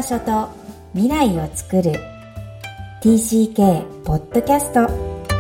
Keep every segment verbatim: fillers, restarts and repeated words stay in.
場所と未来をつくる ティーシーケー ポッドキャスト。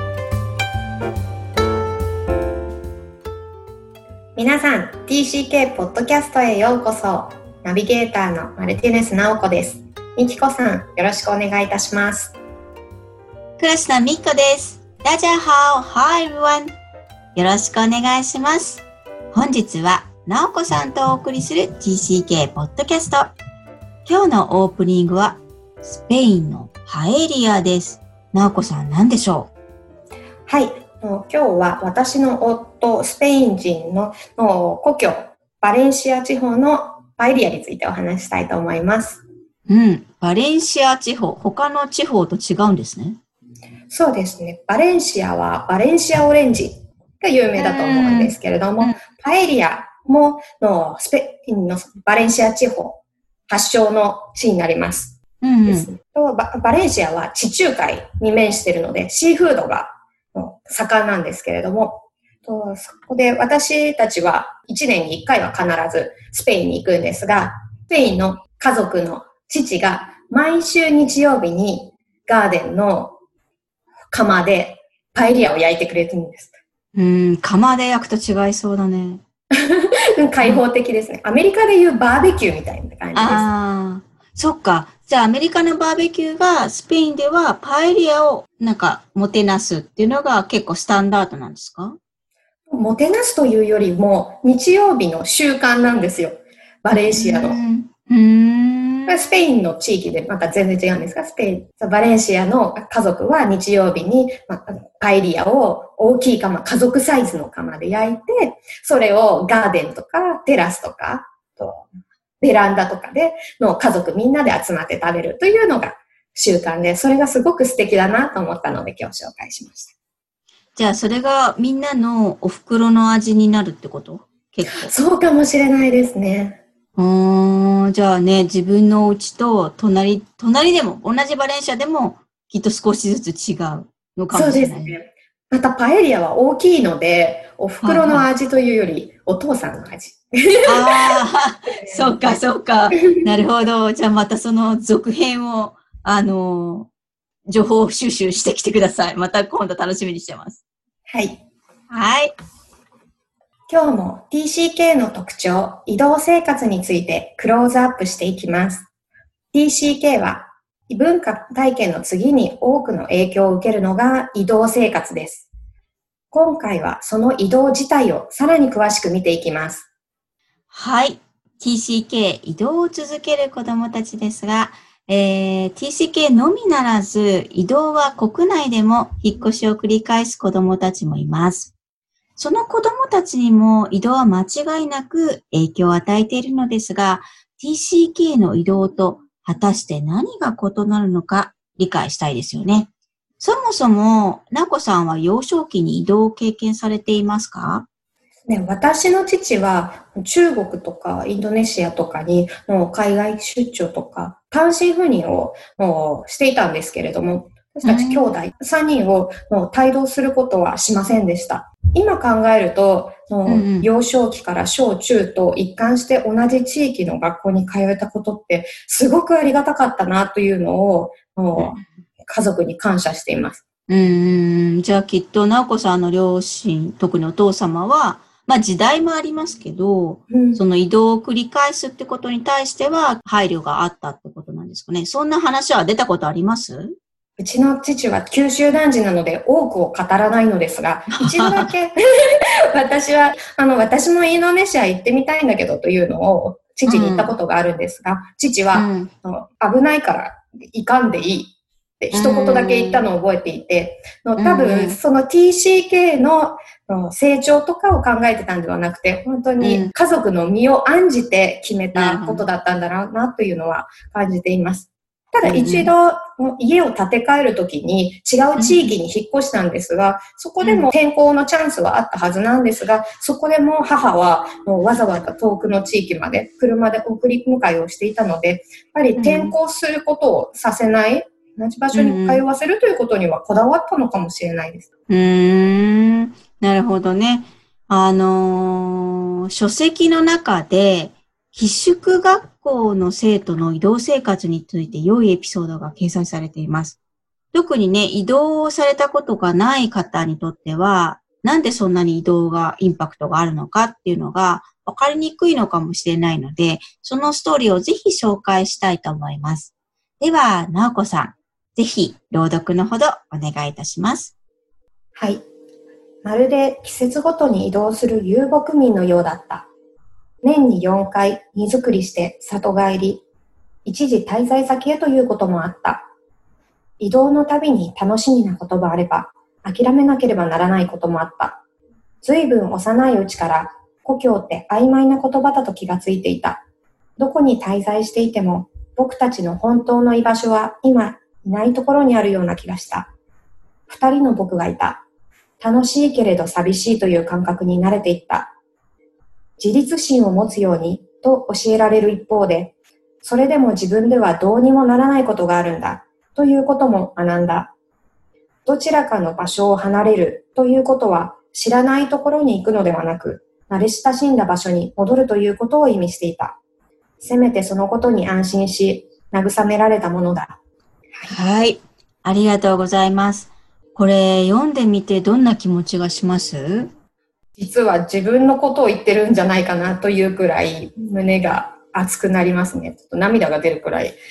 皆さん ティーシーケー ポッドキャストへようこそ。ナビゲーターのマルティネス直子です。みきこさん、よろしくお願いいたします。 クラスのみきこです。ダジャハオ、Hi everyone。よろしくお願いします。本日は直子さんとお送りする ティーシーケー ポッドキャスト。今日のオープニングはスペインのパエリアです。直子さん、何でしょう？はい、今日は私の夫、スペイン人 の, の故郷バレンシア地方のパエリアについてお話したいと思います。 うん、バレンシア地方、他の地方と違うんですね。 そうですね。バレンシアはバレンシアオレンジが有名だと思うんですけれども、うん、パエリアものスペインのバレンシア地方発祥の地になります。うんうん、バ, バレンシアは地中海に面しているのでシーフードが盛んなんですけれども、そこで私たちはいちねんにいっかいは必ずスペインに行くんですが、スペインの家族の父が毎週日曜日にガーデンの窯でパエリアを焼いてくれるんです。 うん、窯で焼くと違いそうだね。 開放的ですね。アメリカでいうバーベキューみたいな感じです。 ああ、そっか。じゃあアメリカのバーベキューがスペインではパエリアをなんかもてなすっていうのが結構スタンダードなんですか？ もてなすというよりも日曜日の習慣なんですよ。バレンシアの。うーん、スペインの地域でまた全然違うんですが、スペイン、バレンシアの家族は日曜日にパエリアを大きい窯、家族サイズの窯で焼いて、それをガーデンとかテラスとか、ベランダとかでの家族みんなで集まって食べるというのが習慣で、それがすごく素敵だなと思ったので今日紹介しました。 じゃあそれがみんなのお袋の味になるってこと？結構。 そうかもしれないですね。 うーん、じゃあね、自分のお家と隣、隣でも、同じバレンシアでもきっと少しずつ違うのかもしれない。そうですね。 またパエリアは大きいので、お袋の味というより、はいはい、お父さんの味。 ああ、そうかそうか。なるほど。じゃあまたその続編を、あの、情報収集してきてください。また今度楽しみにしてます。 はい。 はい。 今日も ティーシーケー の特徴、移動生活についてクローズアップしていきます。ティーシーケー は異文化体験の次に多くの影響を受けるのが移動生活です。今回はその移動自体をさらに詳しく見ていきます。 はい。ティーシーケー 移動を続ける子どもたちですが、えー、ティーシーケー のみならず移動は国内でも引っ越しを繰り返す子どもたちもいます。その子どもたちにも移動は間違いなく影響を与えているのですが、ティーシーケー の移動と果たして何が異なるのか理解したいですよね。そもそも、なこさんは幼少期に移動を経験されていますか？ ね、私の父は中国とかインドネシアとかにもう海外出張とか単身赴任をもうしていたんですけれども、私たち兄弟さんにんをもう帯同することはしませんでした。今考えると、うんうん、幼少期から小中と一貫して同じ地域の学校に通えたことってすごくありがたかったなというのを、もう家族に感謝しています。 うーん、じゃあきっと直子さんの両親、特にお父様は、まあ時代もありますけど、うん、その移動を繰り返すってことに対しては配慮があったってことなんですかね。そんな話は出たことあります？ うちの父は九州男児なので多くを語らないのですが、一度だけ私は、あの、私もインドネシア行ってみたいんだけどというのを父に言ったことがあるんですが、うん、父は、うん、危ないから行かんでいいって一言だけ言ったのを覚えていて、うん、多分その ティーシーケー の成長とかを考えてたんではなくて、本当に家族の身を案じて決めたことだったんだろうなというのは感じています。ただ一度家を建て替えるときに違う地域に引っ越したんですが、そこでも転校のチャンスはあったはずなんですが、そこでも母はもうわざわざ遠くの地域まで車で送り迎えをしていたので、やっぱり転校することをさせない、同じ場所に通わせるということにはこだわったのかもしれないです。 うーん、なるほどね。あのー、書籍の中で寄宿学校の生徒の移動生活について良いエピソードが掲載されています。特にね、移動をされたことがない方にとっては、なんでそんなに移動がインパクトがあるのかっていうのが分かりにくいのかもしれないので、そのストーリーをぜひ紹介したいと思います。では、なおこさん、ぜひ朗読のほどお願いいたします。 はい。まるで季節ごとに移動する遊牧民のようだった。年によんかい荷造りして里帰り、一時滞在先へということもあった。移動のたびに楽しみなことがあれば、諦めなければならないこともあった。ずいぶん幼いうちから故郷って曖昧な言葉だと気がついていた。どこに滞在していても、僕たちの本当の居場所は今いないところにあるような気がした。二人の僕がいた。楽しいけれど寂しいという感覚に慣れていった。自立心を持つようにと教えられる一方で、それでも自分ではどうにもならないことがあるんだということも学んだ。どちらかの場所を離れるということは知らないところに行くのではなく、慣れ親しんだ場所に戻るということを意味していた。せめてそのことに安心し、慰められたものだ。 はい。ありがとうございます。これ読んでみてどんな気持ちがします？ 実は自分のことを言ってるんじゃないかなというくらい胸が熱くなりますね。ちょっと涙が出るくらい。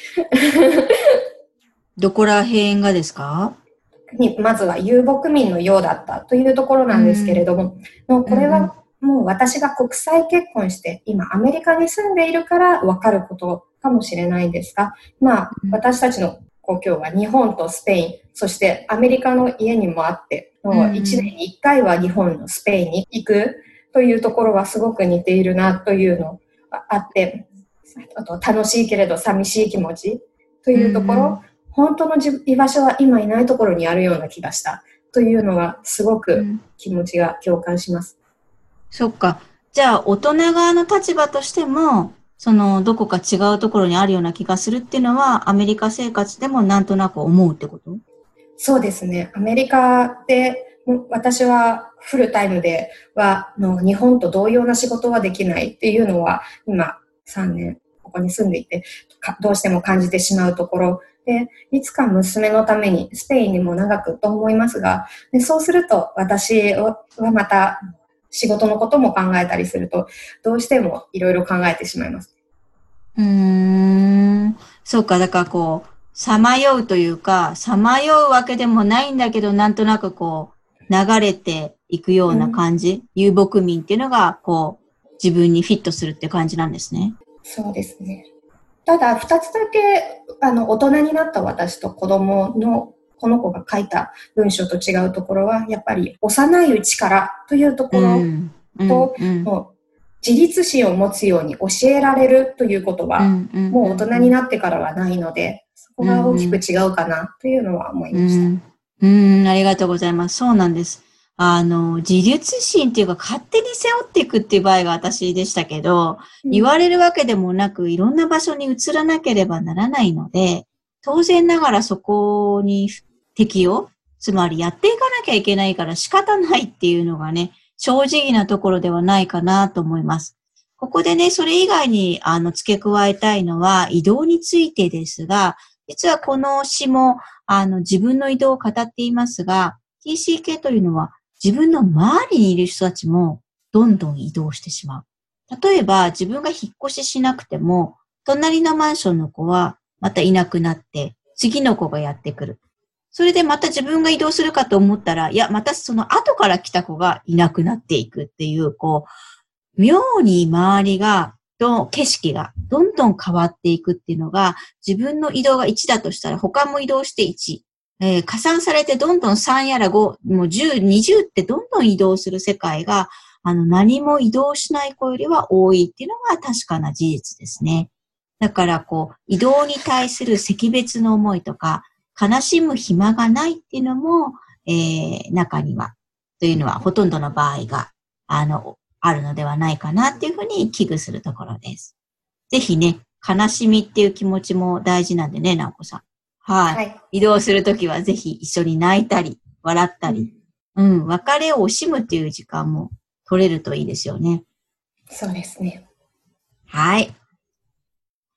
どこら辺がですか？ まずは遊牧民のようだったというところなんですけれども、うん、もうこれはもう私が国際結婚して今アメリカに住んでいるから分かることかもしれないんですが、まあ私たちの故郷は日本とスペイン、そしてアメリカの家にもあって、もういちねんにいっかいは日本のスペインに行くというところはすごく似ているなというのがあって、あと楽しいけれど寂しい気持ちというところ、うん、本当の居場所は今いないところにあるような気がしたというのがすごく気持ちが共感します。 うん、そっか。じゃあ大人側の立場としても、そのどこか違うところにあるような気がするっていうのはアメリカ生活でもなんとなく思うってこと？ そうですね。アメリカで私はフルタイムではの日本と同様な仕事はできないっていうのは今さんねんここに住んでいてどうしても感じてしまうところで、いつか娘のためにスペインにも長くと思いますが、でそうすると私はまた仕事のことも考えたりするとどうしてもいろいろ考えてしまいます。 うーん、そうか。だからこうさまようというか、さまようわけでもないんだけど、なんとなくこう流れていくような感じ、うん、遊牧民っていうのがこう自分にフィットするって感じなんですね。 そうですね。ただ二つだけあの大人になった私と子供のこの子が書いた文章と違うところはやっぱり幼いうちからというところと、うんうんうん、自立心を持つように教えられるということは、うんうんうん、もう大人になってからはないので、そこが大きく違うかなというのは思いました。 うん、うん、ありがとうございます。そうなんです。あの、自立心っていうか勝手に背負っていくっていう場合が私でしたけど、うん、言われるわけでもなくいろんな場所に移らなければならないので、当然ながらそこに適応、つまりやっていかなきゃいけないから仕方ないっていうのがね、正直なところではないかなと思います。ここでね、それ以外にあの付け加えたいのは移動についてですが、実はこの詩もあの自分の移動を語っていますが、ティーシーケー というのは自分の周りにいる人たちもどんどん移動してしまう。例えば自分が引っ越ししなくても、隣のマンションの子はまたいなくなって、次の子がやってくる。それでまた自分が移動するかと思ったら、いや、またその後から来た子がいなくなっていくっていう、こう、妙に周りが、と景色がどんどん変わっていくっていうのが、自分の移動がいちだとしたら、他も移動していち。えー、加算されてどんどんさんやらご、もうじゅう、にじゅうってどんどん移動する世界が、あの、何も移動しない子よりは多いっていうのが確かな事実ですね。だから、こう、移動に対する惜別の思いとか、悲しむ暇がないっていうのも、えー、中には、というのはほとんどの場合が、あの、あるのではないかなっていうふうに危惧するところです。ぜひね、悲しみっていう気持ちも大事なんでね、直子さん。はい。はい、移動するときはぜひ一緒に泣いたり、笑ったり、うん、別れを惜しむっていう時間も取れるといいですよね。 そうですね。 はい。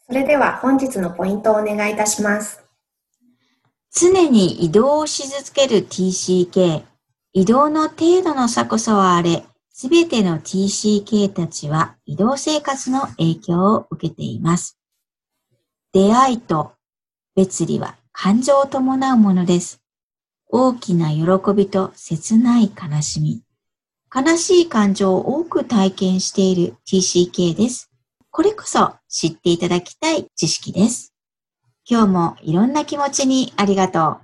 それでは本日のポイントをお願いいたします。 常に移動をし続ける ティーシーケー。移動の程度の差こそはあれ、すべての ティーシーケー たちは移動生活の影響を受けています。出会いと別離は感情を伴うものです。大きな喜びと切ない悲しみ。悲しい感情を多く体験している ティーシーケー です。これこそ知っていただきたい知識です。今日もいろんな気持ちにありがとう。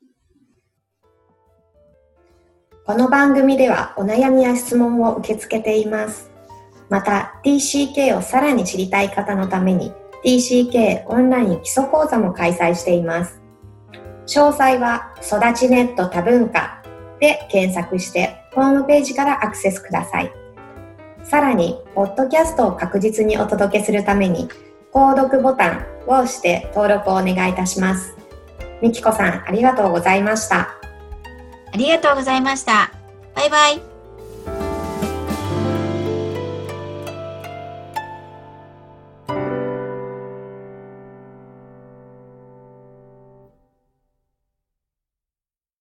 この番組ではお悩みや質問を受け付けています。また ティーシーケー をさらに知りたい方のために ティーシーケー オンライン基礎講座も開催しています。詳細は育ちネット多文化で検索してホームページからアクセスください。さらにポッドキャストを確実にお届けするために購読ボタンを押して登録をお願いいたします。みきこさん、ありがとうございました。 ありがとうございました。バイバイ。